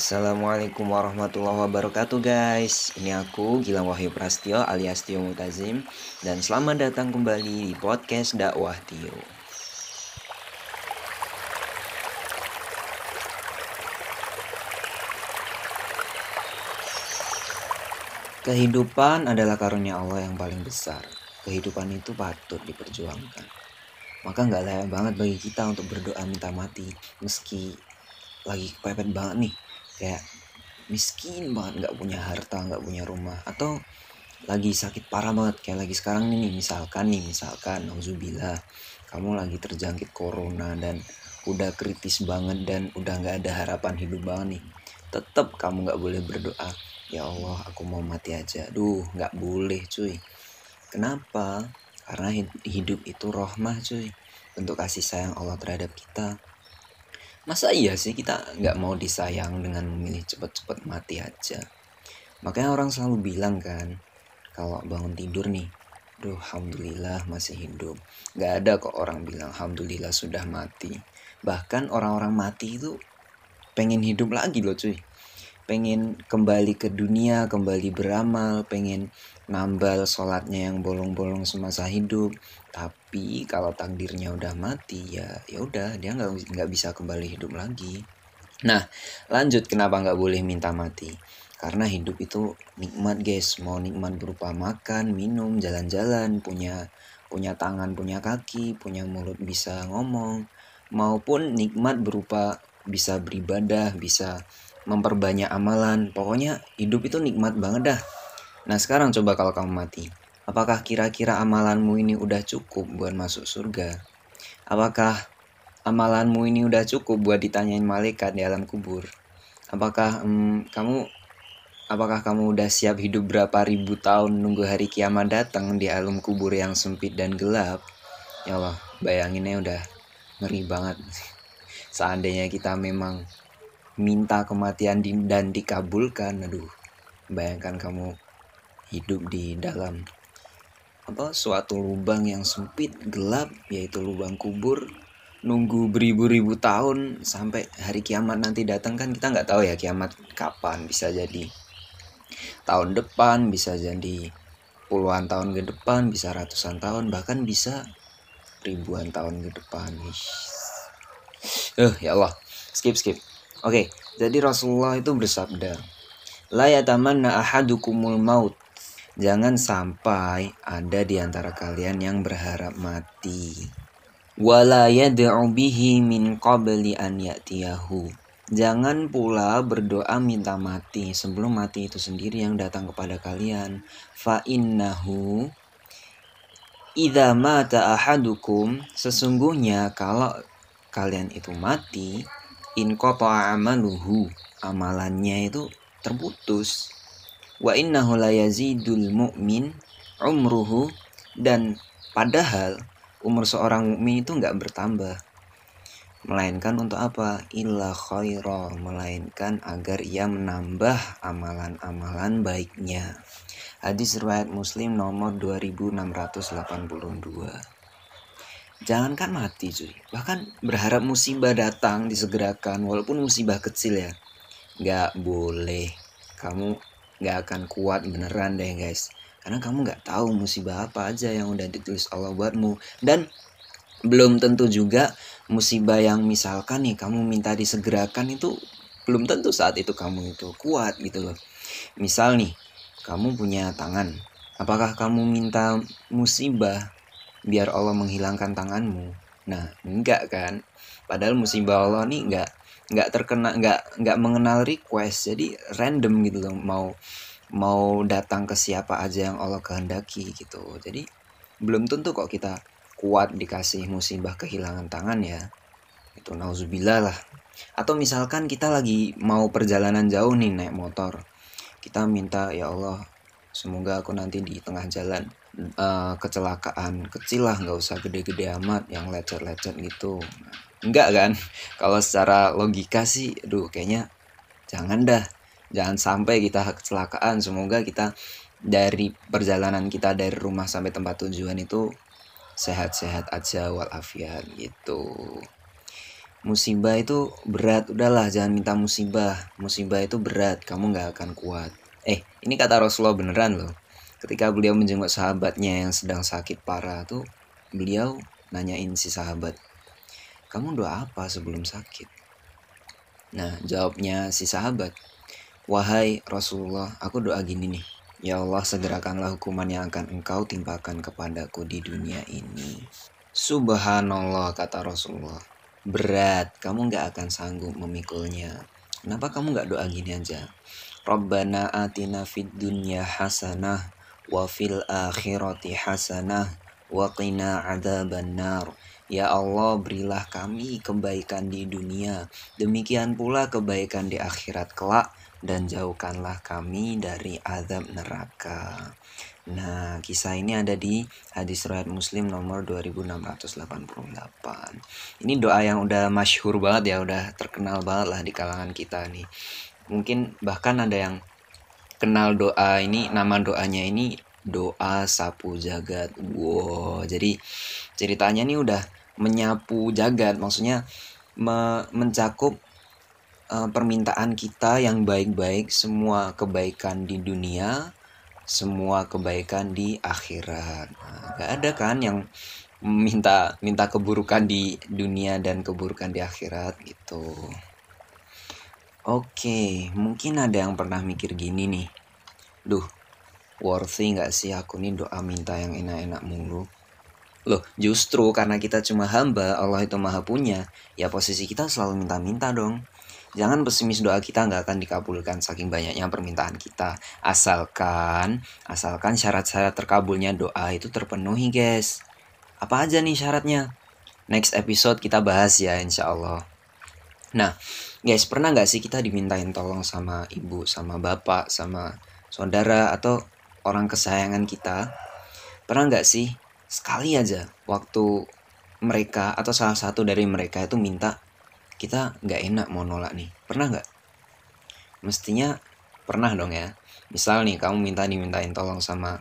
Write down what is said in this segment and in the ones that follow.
Assalamualaikum warahmatullahi wabarakatuh guys. Ini aku Gilang Wahyu Prastio alias Tio Mutazim. Dan selamat datang kembali di podcast dakwah Tio. Kehidupan adalah karunia Allah yang paling besar. Kehidupan itu patut diperjuangkan. Maka gak layak banget bagi kita untuk berdoa minta mati. Meski lagi kepepet banget nih, kayak miskin banget, gak punya harta, gak punya rumah, atau lagi sakit parah banget kayak lagi sekarang nih, misalkan nauzubillah kamu lagi terjangkit corona dan udah kritis banget dan udah gak ada harapan hidup banget nih, tetap kamu gak boleh berdoa, ya Allah aku mau mati aja. Gak boleh cuy. Kenapa? Karena hidup itu rahmah cuy, bentuk kasih sayang Allah terhadap kita. Masa iya sih kita gak mau disayang dengan memilih cepet-cepet mati aja? Makanya orang selalu bilang kan, kalau bangun tidur nih, alhamdulillah masih hidup. Gak ada kok orang bilang alhamdulillah sudah mati. Bahkan orang-orang mati itu pengen hidup lagi loh cuy. Pengen kembali ke dunia, kembali beramal, pengen nambal sholatnya yang bolong-bolong semasa hidup. Tapi kalau takdirnya udah mati, ya udah dia nggak bisa kembali hidup lagi. Nah, lanjut kenapa nggak boleh minta mati? Karena hidup itu nikmat guys. Mau nikmat berupa makan, minum, jalan-jalan, punya tangan, punya kaki, punya mulut bisa ngomong, maupun nikmat berupa bisa beribadah, bisa memperbanyak amalan. Pokoknya hidup itu nikmat banget dah. Nah sekarang coba kalau kamu mati, apakah kira-kira amalanmu ini udah cukup buat masuk surga? Apakah amalanmu ini udah cukup buat ditanyain malaikat di alam kubur? Apakah kamu udah siap hidup berapa ribu tahun nunggu hari kiamat datang di alam kubur yang sempit dan gelap? Ya Allah, bayanginnya udah ngeri banget. Seandainya kita memang minta kematian dan dikabulkan, bayangkan kamu hidup di dalam suatu lubang yang sempit, gelap, yaitu lubang kubur, nunggu beribu-ribu tahun sampai hari kiamat nanti datang. Kan kita nggak tahu ya kiamat kapan, bisa jadi tahun depan, bisa jadi puluhan tahun ke depan, bisa ratusan tahun, bahkan bisa ribuan tahun ke depan. Ya Allah, skip. Oke, jadi Rasulullah itu bersabda, la yatamanna ahadukumul maut. Jangan sampai ada di antara kalian yang berharap mati. Wala yad'u bihi min qabli an ya'tiyahu. Jangan pula berdoa minta mati sebelum mati itu sendiri yang datang kepada kalian. Fa innahu idza mata ahadukum, sesungguhnya kalau kalian itu mati, in qata'a amaluhu, amalannya itu terputus. Wa innahu la yazidul mu'min umruhu, dan padahal umur seorang mukmin itu enggak bertambah, melainkan untuk apa? Illa khaira, melainkan agar ia menambah amalan-amalan baiknya. Hadis riwayat Muslim nomor 2682. Jangankan mati cuy, bahkan berharap musibah datang disegerakan, walaupun musibah kecil ya, gak boleh. Kamu gak akan kuat beneran deh guys, karena kamu gak tahu musibah apa aja yang udah ditulis Allah buatmu. Dan belum tentu juga musibah yang misalkan nih kamu minta disegerakan itu belum tentu saat itu kamu itu kuat gitu loh. Misal nih kamu punya tangan, apakah kamu minta musibah biar Allah menghilangkan tanganmu? Nah enggak kan, padahal musibah Allah nih enggak terkena, enggak mengenal request, jadi random gitu loh, mau datang ke siapa aja yang Allah kehendaki gitu. Jadi belum tentu kok kita kuat dikasih musibah kehilangan tangan ya, itu nauzubillah lah. Atau misalkan kita lagi mau perjalanan jauh nih naik motor, kita minta ya Allah semoga aku nanti di tengah jalan kecelakaan kecil lah, nggak usah gede-gede amat yang lecet-lecet gitu. Enggak kan? Kalau secara logika sih kayaknya jangan sampai kita kecelakaan. Semoga kita dari perjalanan kita dari rumah sampai tempat tujuan itu sehat-sehat aja walafiat gitu. musibah itu berat, udahlah jangan minta musibah. Musibah itu berat, kamu nggak akan kuat. Ini kata Rasulullah beneran loh. Ketika beliau menjenguk sahabatnya yang sedang sakit parah tuh, beliau nanyain si sahabat, kamu doa apa sebelum sakit? Nah, jawabnya si sahabat, wahai Rasulullah, aku doa gini nih. Ya Allah, segerakanlah hukuman yang akan engkau timpakan kepadaku di dunia ini. Subhanallah, kata Rasulullah. Berat, kamu gak akan sanggup memikulnya. Kenapa kamu gak doa gini aja? Rabbana atina fid dunya hasanah wa fil akhirati hasanah wa qina adzabannar. Ya Allah, berilah kami kebaikan di dunia, demikian pula kebaikan di akhirat kelak, dan jauhkanlah kami dari azab neraka. Nah, kisah ini ada di hadis riwayat Muslim nomor 2688. Ini doa yang udah masyhur banget ya, udah terkenal banget lah di kalangan kita nih. Mungkin bahkan ada yang kenal doa ini, nama doanya ini doa sapu jagat. Wow, jadi ceritanya nih udah menyapu jagat, maksudnya mencakup permintaan kita yang baik-baik, semua kebaikan di dunia, semua kebaikan di akhirat. Nah, gak ada kan yang minta keburukan di dunia dan keburukan di akhirat gitu. Oke, mungkin ada yang pernah mikir gini nih, duh, worthy gak sih aku nih doa minta yang enak-enak mulu? Loh, justru karena kita cuma hamba, Allah itu maha punya, ya posisi kita selalu minta-minta dong. Jangan pesimis, doa kita nggak akan dikabulkan saking banyaknya permintaan kita. Asalkan syarat-syarat terkabulnya doa itu terpenuhi, guys. Apa aja nih syaratnya? Next episode kita bahas ya, insya Allah. Nah, guys, pernah nggak sih kita dimintain tolong sama ibu, sama bapak, sama saudara, atau orang kesayangan kita? Pernah nggak sih sekali aja waktu mereka atau salah satu dari mereka itu minta, kita nggak enak mau nolak nih? Pernah nggak? Mestinya pernah dong ya. Misal nih kamu dimintain tolong sama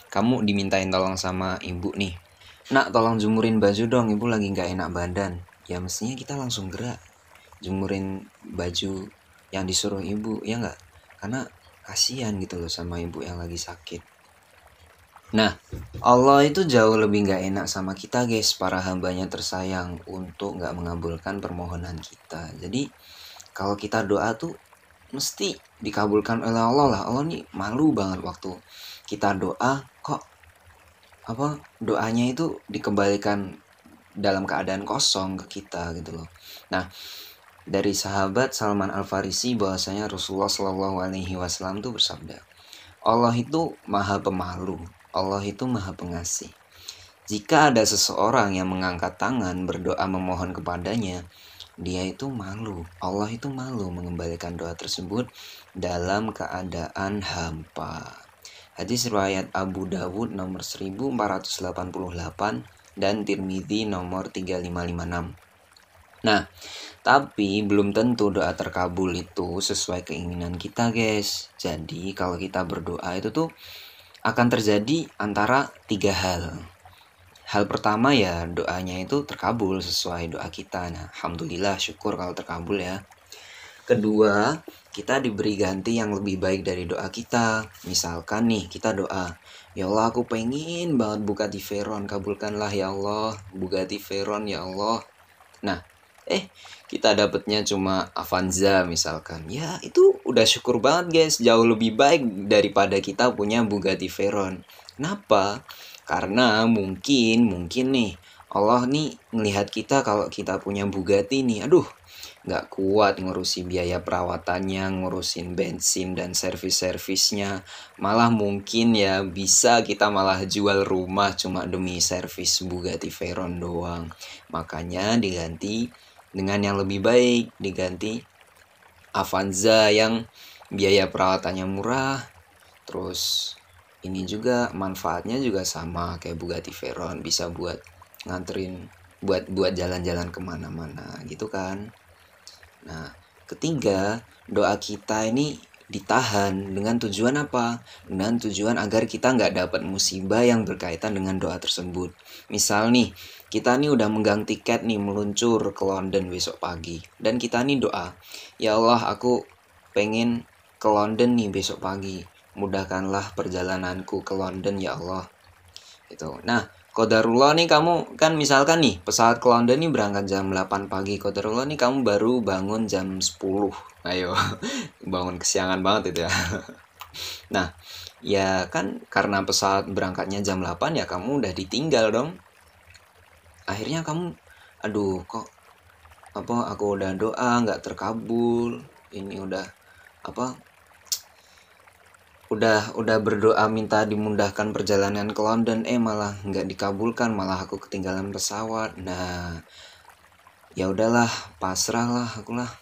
ibu nih, nak tolong jumurin baju dong, ibu lagi nggak enak badan. Ya mestinya kita langsung gerak jumurin baju yang disuruh ibu, ya nggak? Karena kasihan gitu loh sama ibu yang lagi sakit. Nah, Allah itu jauh lebih nggak enak sama kita, guys, para hambanya tersayang, untuk nggak mengabulkan permohonan kita. Jadi kalau kita doa tuh mesti dikabulkan oleh Allah lah. Allah nih malu banget waktu kita doa kok doanya itu dikembalikan dalam keadaan kosong ke kita gitu loh. Nah, dari sahabat Salman Al-Farisi bahwasanya Rasulullah Shallallahu Alaihi Wasallam tuh bersabda, Allah itu maha pemalu, Allah itu maha pengasih. Jika ada seseorang yang mengangkat tangan berdoa memohon kepadanya, dia itu malu, Allah itu malu mengembalikan doa tersebut dalam keadaan hampa. Hadis riwayat Abu Dawud nomor 1488 dan Tirmidzi nomor 3556. Nah, tapi belum tentu doa terkabul itu sesuai keinginan kita, guys. Jadi kalau kita berdoa itu tuh akan terjadi antara 3 hal. Hal pertama ya doanya itu terkabul sesuai doa kita. Nah, alhamdulillah, syukur kalau terkabul ya. Kedua, kita diberi ganti yang lebih baik dari doa kita. Misalkan nih kita doa, ya Allah aku pengen banget Bugatti Veyron, kabulkanlah ya Allah, Bugatti Veyron ya Allah. Nah, kita dapetnya cuma Avanza misalkan. Ya itu udah syukur banget, guys. Jauh lebih baik daripada kita punya Bugatti Veyron. Kenapa? Karena mungkin nih Allah nih ngelihat kita kalau kita punya Bugatti nih, aduh, gak kuat ngurusi biaya perawatannya, ngurusin bensin dan servis-servisnya. Malah mungkin ya bisa kita malah jual rumah cuma demi servis Bugatti Veyron doang. Makanya diganti dengan yang lebih baik, diganti Avanza yang biaya perawatannya murah, terus ini juga manfaatnya juga sama kayak Bugatti Veyron, bisa buat nganterin, buat jalan-jalan kemana-mana gitu kan. Nah, ketiga, doa kita ini ditahan dengan tujuan apa? Dengan tujuan agar kita nggak dapat musibah yang berkaitan dengan doa tersebut. Misal nih, kita nih udah megang tiket nih meluncur ke London besok pagi. Dan kita nih doa, ya Allah aku pengen ke London nih besok pagi. Mudahkanlah perjalananku ke London ya Allah. Gitu. Nah, qadarullah nih kamu kan misalkan nih pesawat ke London nih berangkat jam 8 pagi. Qadarullah nih kamu baru bangun jam 10. Ayo, bangun kesiangan banget itu ya. Nah, ya kan karena pesawat berangkatnya jam 8 ya kamu udah ditinggal dong. Akhirnya kamu, aduh kok aku udah doa nggak terkabul. Ini udah apa udah berdoa minta dimudahkan perjalanan ke London, malah nggak dikabulkan, malah aku ketinggalan pesawat. Nah, ya udahlah, pasrah lah aku lah.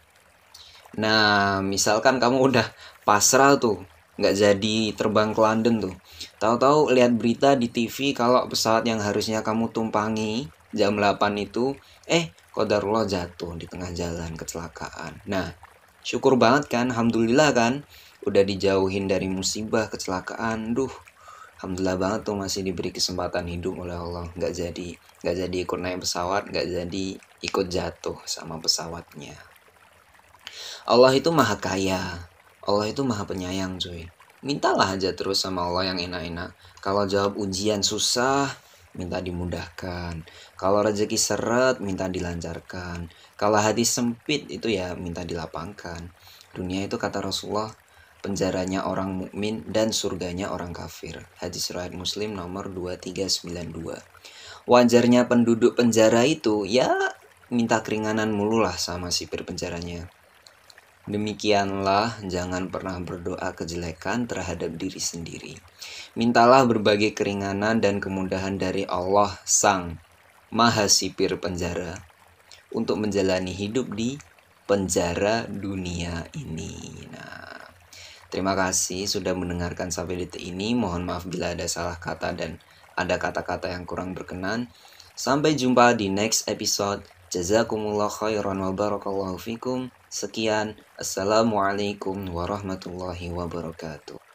Nah, misalkan kamu udah pasrah tuh, nggak jadi terbang ke London tuh. Tahu-tahu lihat berita di TV kalau pesawat yang harusnya kamu tumpangi jam 8 itu, qadarullah jatuh di tengah jalan, kecelakaan. Nah, syukur banget kan, alhamdulillah kan, udah dijauhin dari musibah kecelakaan. Alhamdulillah banget tuh masih diberi kesempatan hidup oleh Allah. Nggak jadi ikut naik pesawat, nggak jadi ikut jatuh sama pesawatnya. Allah itu maha kaya, Allah itu maha penyayang cuy. Mintalah aja terus sama Allah yang enak-enak. Kalau jawab ujian susah, minta dimudahkan. Kalau rezeki seret, minta dilancarkan. Kalau hati sempit itu ya minta dilapangkan. Dunia itu kata Rasulullah, penjaranya orang mukmin dan surganya orang kafir. Hadis riwayat Muslim nomor 2392. Wajarnya penduduk penjara itu ya minta keringanan mulu lah sama sipir penjaranya. Demikianlah, jangan pernah berdoa kejelekan terhadap diri sendiri. Mintalah berbagai keringanan dan kemudahan dari Allah Sang Maha Sipir Penjara untuk menjalani hidup di penjara dunia ini. Nah, terima kasih sudah mendengarkan sampai detik ini. Mohon maaf bila ada salah kata dan ada kata-kata yang kurang berkenan. Sampai jumpa di next episode. Jazakumullah khairan wa barakallahu fikum. Sekian. Assalamualaikum warahmatullahi wabarakatuh.